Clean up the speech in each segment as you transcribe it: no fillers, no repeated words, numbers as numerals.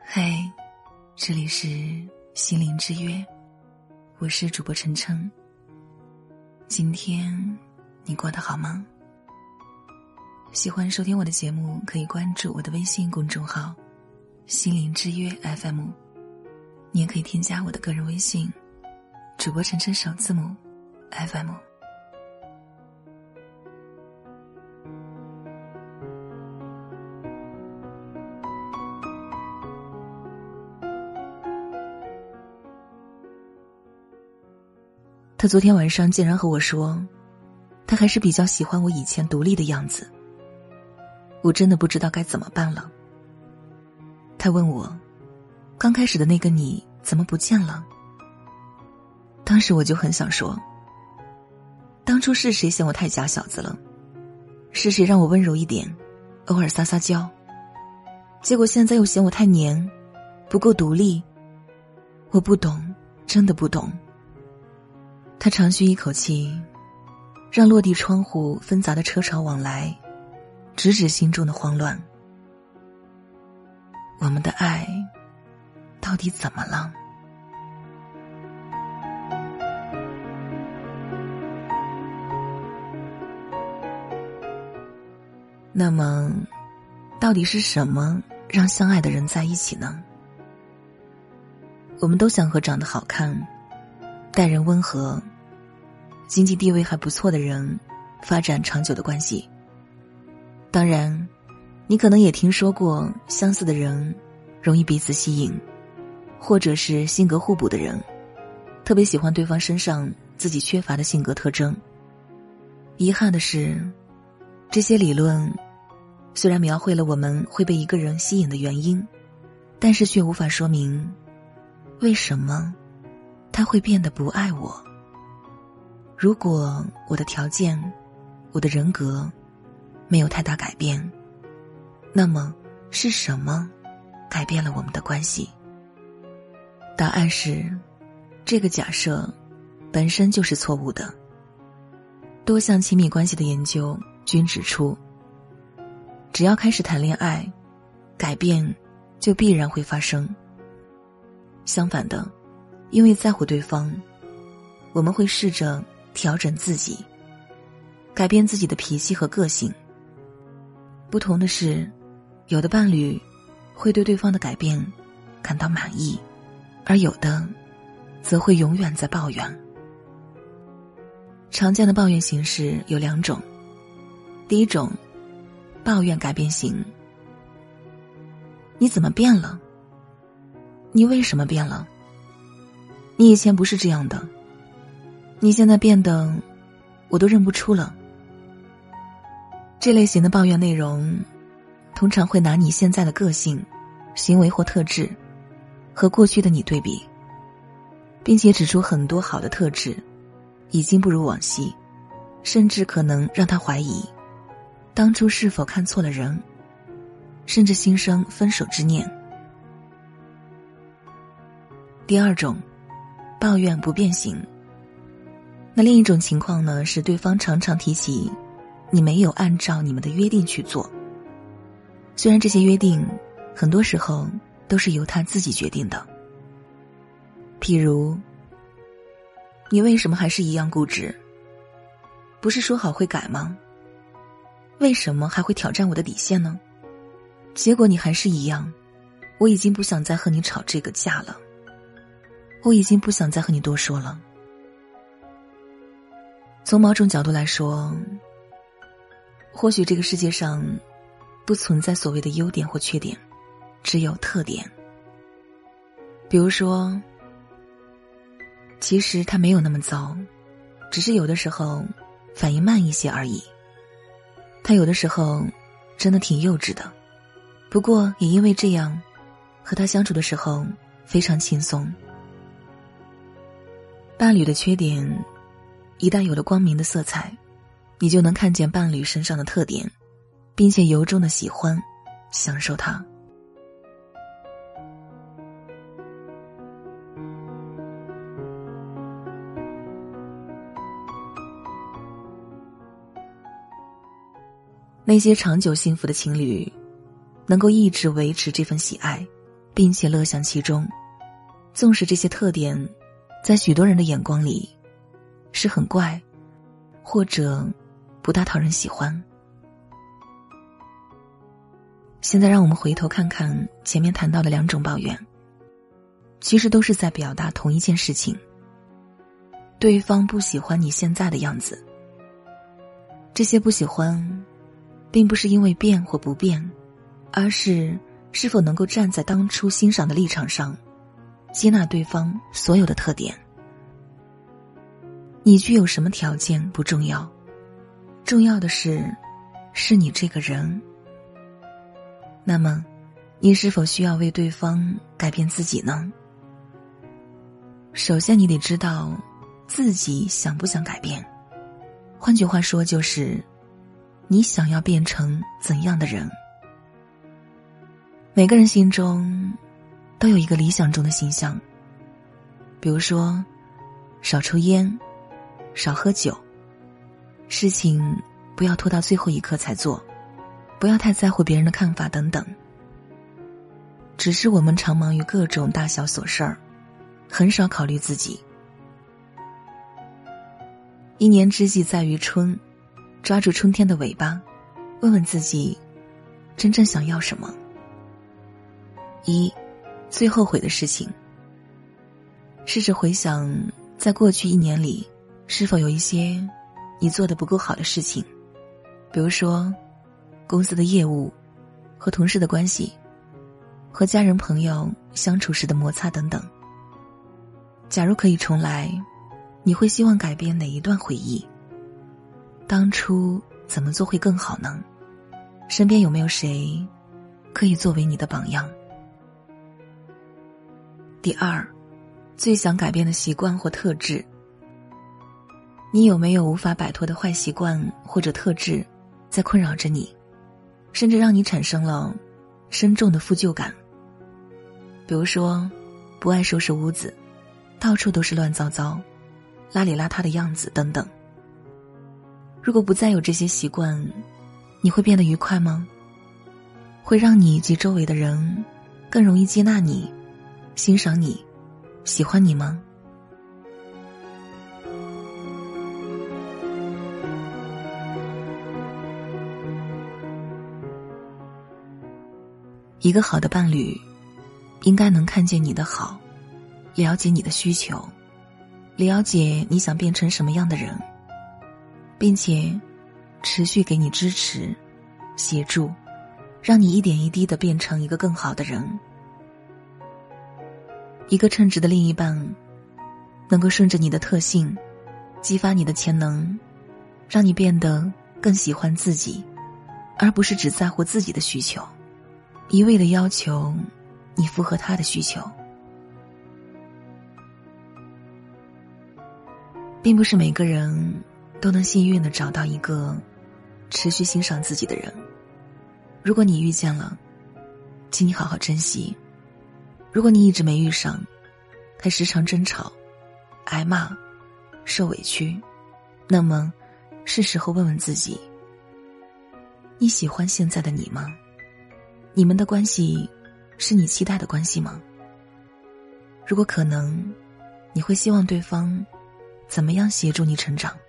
嗨，这里是心灵之约，我是主播晨晨。今天你过得好吗？喜欢收听我的节目，可以关注我的微信公众号心灵之约 FM， 你也可以添加我的个人微信主播晨晨首字母 FM。他昨天晚上竟然和我说，他还是比较喜欢我以前独立的样子。我真的不知道该怎么办了。他问我，刚开始的那个你怎么不见了？当时我就很想说，当初是谁嫌我太假小子了？是谁让我温柔一点，偶尔撒撒娇？结果现在又嫌我太黏，不够独立。我不懂，真的不懂。他长吁一口气，让落地窗户纷杂的车潮往来，直指心中的慌乱。我们的爱到底怎么了？那么，到底是什么让相爱的人在一起呢？我们都想和长得好看、待人温和、经济地位还不错的人发展长久的关系。当然，你可能也听说过相似的人容易彼此吸引，或者是性格互补的人特别喜欢对方身上自己缺乏的性格特征。遗憾的是，这些理论虽然描绘了我们会被一个人吸引的原因，但是却无法说明为什么他会变得不爱我。如果我的条件、我的人格没有太大改变，那么是什么改变了我们的关系？答案是，这个假设本身就是错误的。多项亲密关系的研究均指出，只要开始谈恋爱，改变就必然会发生。相反的，因为在乎对方，我们会试着调整自己，改变自己的脾气和个性。不同的是，有的伴侣会对对方的改变感到满意，而有的则会永远在抱怨。常见的抱怨形式有两种。第一种，抱怨改变型。你怎么变了？你为什么变了？你以前不是这样的，你现在变得我都认不出了。这类型的抱怨内容通常会拿你现在的个性、行为或特质和过去的你对比，并且指出很多好的特质已经不如往昔，甚至可能让他怀疑当初是否看错了人，甚至心生分手之念。第二种，抱怨不变型。那另一种情况呢，是对方常常提起你没有按照你们的约定去做，虽然这些约定很多时候都是由他自己决定的。譬如，你为什么还是一样固执？不是说好会改吗？为什么还会挑战我的底线呢？结果你还是一样，我已经不想再和你吵这个架了，我已经不想再和你多说了。从某种角度来说，或许这个世界上不存在所谓的优点或缺点，只有特点。比如说，其实他没有那么糟，只是有的时候反应慢一些而已。他有的时候真的挺幼稚的，不过也因为这样，和他相处的时候非常轻松。伴侣的缺点一旦有了光明的色彩，你就能看见伴侣身上的特点，并且由衷的喜欢、享受它。那些长久幸福的情侣，能够一直维持这份喜爱， 并且乐享其中，纵使这些特点在许多人的眼光里是很怪，或者不大讨人喜欢。现在让我们回头看看前面谈到的2种抱怨，其实都是在表达同一件事情。对方不喜欢你现在的样子，这些不喜欢并不是因为变或不变，而是是否能够站在当初欣赏的立场上，接纳对方所有的特点。你具有什么条件不重要，重要的是你这个人。那么你是否需要为对方改变自己呢？首先你得知道自己想不想改变，换句话说就是你想要变成怎样的人。每个人心中都有一个理想中的形象，比如说少抽烟，少喝酒，事情不要拖到最后一刻才做，不要太在乎别人的看法等等。只是我们常忙于各种大小琐事儿，很少考虑自己。一年之计在于春，抓住春天的尾巴，问问自己真正想要什么。最后悔的事情，试着回想在过去1年里是否有一些你做得不够好的事情，比如说公司的业务，和同事的关系，和家人朋友相处时的摩擦等等。假如可以重来，你会希望改变哪一段回忆？当初怎么做会更好呢？身边有没有谁可以作为你的榜样？第2，最想改变的习惯或特质。你有没有无法摆脱的坏习惯或者特质在困扰着你，甚至让你产生了深重的负疚感？比如说不爱收拾屋子，到处都是乱糟糟、邋里邋遢的样子等等。如果不再有这些习惯，你会变得愉快吗？会让你及周围的人更容易接纳你、欣赏你、喜欢你吗？一个好的伴侣应该能看见你的好，了解你的需求，了解你想变成什么样的人，并且持续给你支持、协助，让你一点一滴地变成一个更好的人。一个称职的另一半能够顺着你的特性，激发你的潜能，让你变得更喜欢自己，而不是只在乎自己的需求，一味地要求你符合他的需求。并不是每个人都能幸运地找到一个持续欣赏自己的人。如果你遇见了，请你好好珍惜；如果你一直没遇上，还时常争吵、挨骂、受委屈，那么是时候问问自己，你喜欢现在的你吗？你们的关系是你期待的关系吗？如果可能，你会希望对方怎么样协助你成长？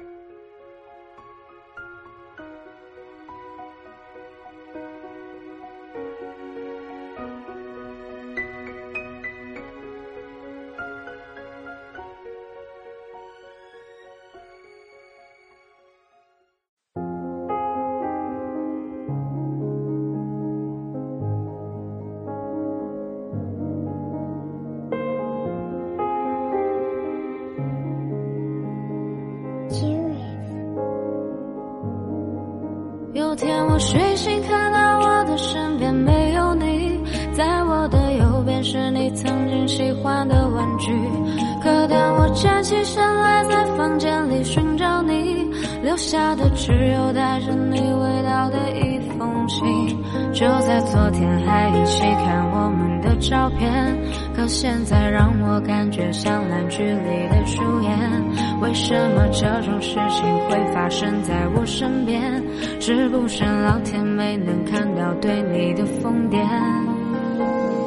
有天我睡醒，看到我的身边没有你，在我的右边是你曾经喜欢的玩具。可当我站起身来，在房间里寻找你，留下的只有带着你味道的一封信。就在昨天还一起看我们的照片，可现在让我感觉像烂剧里的主演。为什么这种事情会发生在我身边？是不是老天没能看到对你的疯癫？还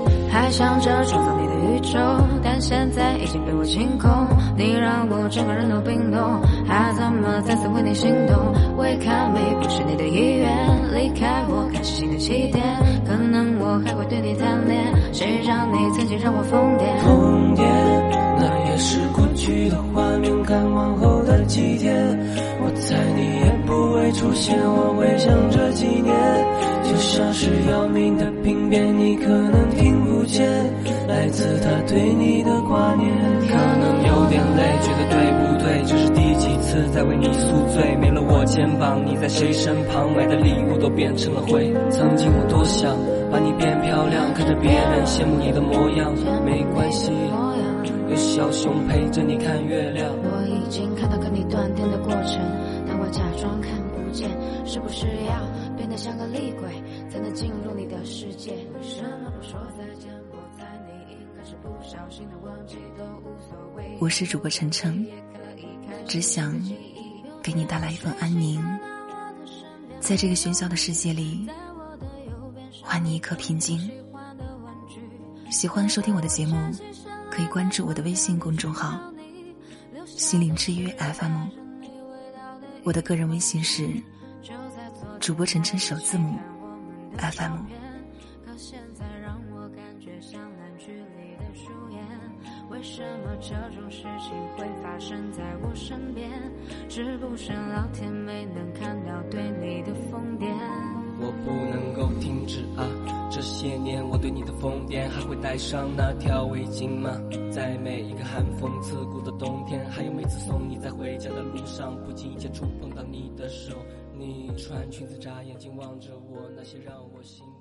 想着创造你的宇宙，但现在已经被我清空。你让我整个人都冰冻，还怎么再次为你心动？未看美不是你的意愿，离开我开始新的起点，可能我还会对你贪恋，谁让你曾经让我疯癫。 疯癫，那也是过去的画面，看往后的几天，我猜你也不会出现，我会想这几年，就像是要命的病变，你可能听不见，来自他对你的挂念。 可能有点累，觉得对不对？这是第几次在为你宿醉？没了我肩膀，你在谁身旁？买的礼物都变成了灰。曾经我多想把你变漂亮，看着别人羡慕你的模样。没关系，有小熊陪着你看月亮。 我已经看到跟你断电的过程，但我假装看不见，是不是要变得像个厉鬼才能进入你的世界？为什么不说再见？我猜你应该是不小心的忘记，都无所谓。 我是主播晨晨，只想给你带来一份安宁，在这个喧嚣的世界里还你一颗平静。喜欢收听我的节目，可以关注我的微信公众号心灵之约 FM， 我的个人微信是主播晨晨首字母 FM。 可现在让我感觉像烂剧里的主演，为什么这种事情会发生在我身边？是不是老天没能看到对你的疯癫？ 我不能够停止啊，这些年我对你的疯癫，还会带上那条围巾吗？在每一个寒风刺骨的冬天，还有每次送你在回家的路上，不经意间触碰到你的手，你穿裙子眨眼睛望着我，那些让我心